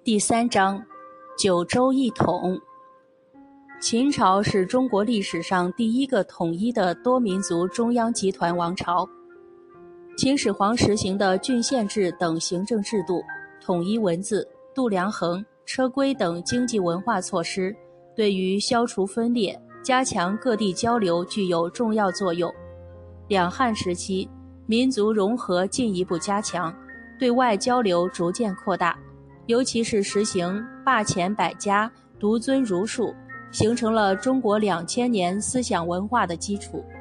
第3章，九州一统。秦朝是中国历史上第一个统一的多民族中央集团王朝。秦始皇实行的郡县制等行政制度，统一文字、度量衡、车规等经济文化措施，对于消除分裂、加强各地交流具有重要作用。两汉时期，民族融合进一步加强，对外交流逐渐扩大，尤其是实行霸权百家、独尊儒术，形成了中国2000年思想文化的基础。